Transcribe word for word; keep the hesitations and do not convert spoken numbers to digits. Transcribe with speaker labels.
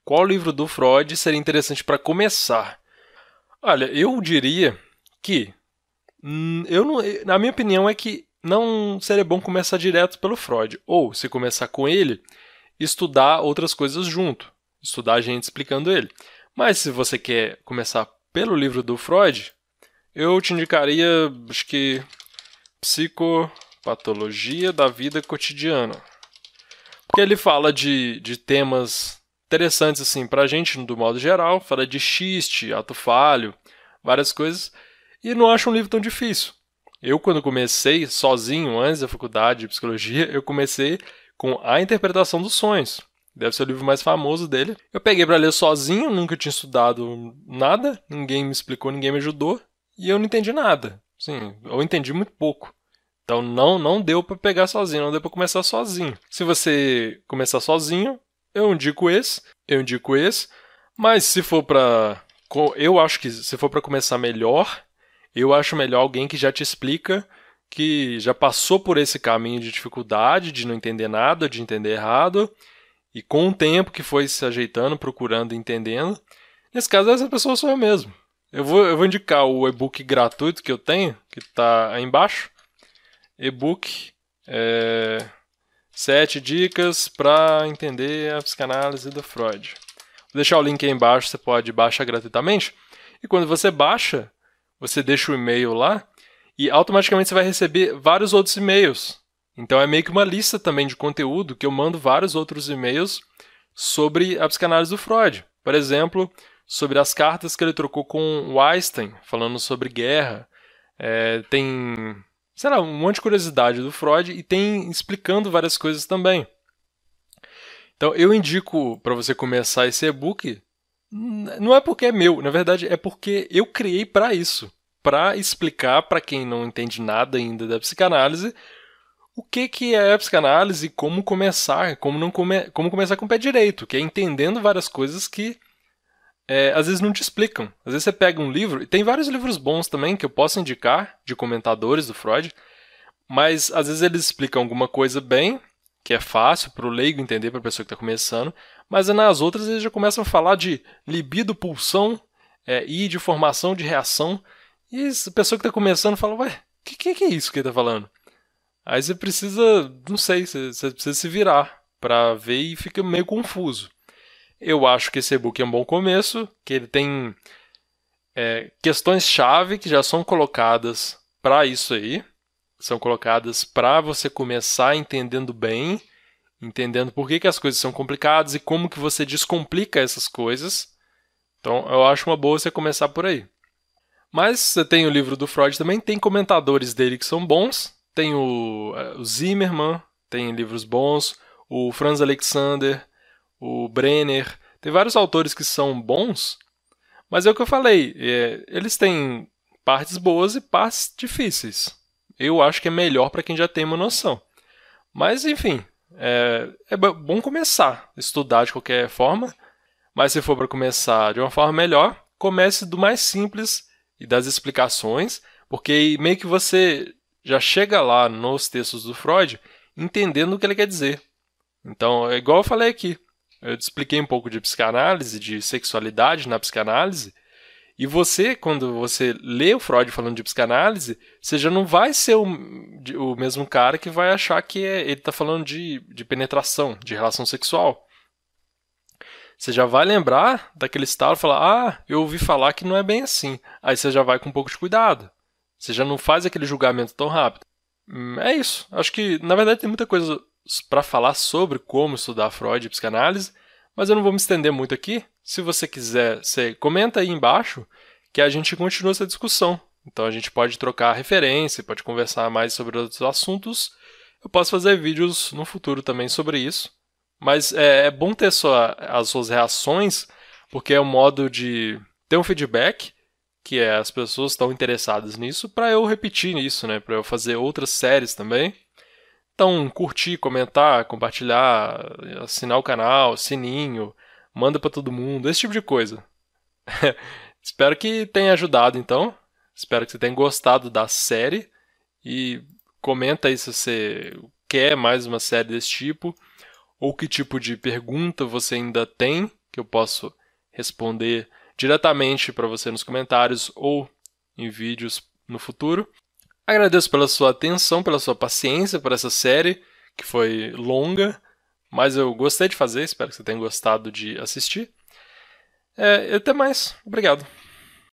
Speaker 1: qual livro do Freud seria interessante para começar? Olha, eu diria que, hum, eu não, na minha opinião, é que não seria bom começar direto pelo Freud. Ou, se começar com ele, estudar outras coisas junto. Estudar a gente explicando ele. Mas se você quer começar pelo livro do Freud, eu te indicaria, acho que, Psicopatologia da Vida Cotidiana. Porque ele fala de, de temas interessantes assim pra gente, do modo geral. Fala de xiste, ato falho, várias coisas. E não acho um livro tão difícil. Eu, quando comecei sozinho, antes da faculdade de psicologia, eu comecei com A Interpretação dos Sonhos. Deve ser o livro mais famoso dele. Eu peguei para ler sozinho, nunca tinha estudado nada, ninguém me explicou, ninguém me ajudou, e eu não entendi nada. Sim, eu entendi muito pouco. Então não, não deu para pegar sozinho, não deu para começar sozinho. Se você começar sozinho, eu indico esse, eu indico esse, mas se for para, eu acho que se for para começar melhor, eu acho melhor alguém que já te explica, que já passou por esse caminho de dificuldade, de não entender nada, de entender errado, e com o tempo que foi se ajeitando, procurando, entendendo. Nesse caso, essa pessoa sou eu mesmo. Eu vou, eu vou indicar o e-book gratuito que eu tenho, que está aí embaixo. E-book é, sete dicas para entender a psicanálise do Freud. Vou deixar o link aí embaixo, você pode baixar gratuitamente. E quando você baixa, você deixa o e-mail lá e automaticamente você vai receber vários outros e-mails. Então é meio que uma lista também de conteúdo que eu mando vários outros e-mails sobre a psicanálise do Freud. Por exemplo, sobre as cartas que ele trocou com o Einstein, falando sobre guerra. É, tem, sei lá, um monte de curiosidade do Freud e tem explicando várias coisas também. Então eu indico para você começar esse e-book, não é porque é meu, na verdade é porque eu criei para isso. Para explicar para quem não entende nada ainda da psicanálise o que, que é a psicanálise e como começar, como, não come, como começar com o pé direito, que é entendendo várias coisas que é, às vezes não te explicam. Às vezes você pega um livro, e tem vários livros bons também que eu posso indicar, de comentadores do Freud, mas às vezes eles explicam alguma coisa bem, que é fácil para o leigo entender, para a pessoa que está começando, mas nas outras eles já começam a falar de libido, pulsão é, e de formação de reação, e a pessoa que está começando fala, ué, o que, que, que é isso que ele está falando? Aí você precisa, não sei, você, você precisa se virar para ver e fica meio confuso. Eu acho que esse e-book é um bom começo, que ele tem é, questões-chave que já são colocadas para isso aí, são colocadas para você começar entendendo bem, entendendo por que, que as coisas são complicadas e como que você descomplica essas coisas. Então eu acho uma boa você começar por aí. Mas você tem o livro do Freud também, tem comentadores dele que são bons. Tem o, o Zimmermann, tem livros bons, o Franz Alexander, o Brenner. Tem vários autores que são bons, mas é o que eu falei, é, eles têm partes boas e partes difíceis. Eu acho que é melhor para quem já tem uma noção. Mas, enfim, é, é bom começar a estudar de qualquer forma, mas se for para começar de uma forma melhor, comece do mais simples e das explicações, porque meio que você já chega lá nos textos do Freud entendendo o que ele quer dizer. Então, é igual eu falei aqui. Eu te expliquei um pouco de psicanálise, de sexualidade na psicanálise, e você, quando você lê o Freud falando de psicanálise, você já não vai ser o, o mesmo cara que vai achar que é, ele está falando de, de penetração, de relação sexual. Você já vai lembrar daquele estalo e falar, ah, eu ouvi falar que não é bem assim. Aí você já vai com um pouco de cuidado. Você já não faz aquele julgamento tão rápido. É isso. Acho que, na verdade, tem muita coisa para falar sobre como estudar Freud e psicanálise, mas eu não vou me estender muito aqui. Se você quiser, você comenta aí embaixo que a gente continua essa discussão. Então a gente pode trocar referência, pode conversar mais sobre outros assuntos. Eu posso fazer vídeos no futuro também sobre isso. Mas é, é bom ter sua, as suas reações, porque é um modo de ter um feedback, que é as pessoas estão interessadas nisso, para eu repetir isso, né? Para eu fazer outras séries também. Então, curtir, comentar, compartilhar, assinar o canal, sininho, manda para todo mundo, esse tipo de coisa. Espero que tenha ajudado, então. Espero que você tenha gostado da série. E comenta aí se você quer mais uma série desse tipo, ou que tipo de pergunta você ainda tem que eu posso responder diretamente para você nos comentários ou em vídeos no futuro. Agradeço pela sua atenção, pela sua paciência por essa série, que foi longa, mas eu gostei de fazer, espero que você tenha gostado de assistir. É, até mais. Obrigado.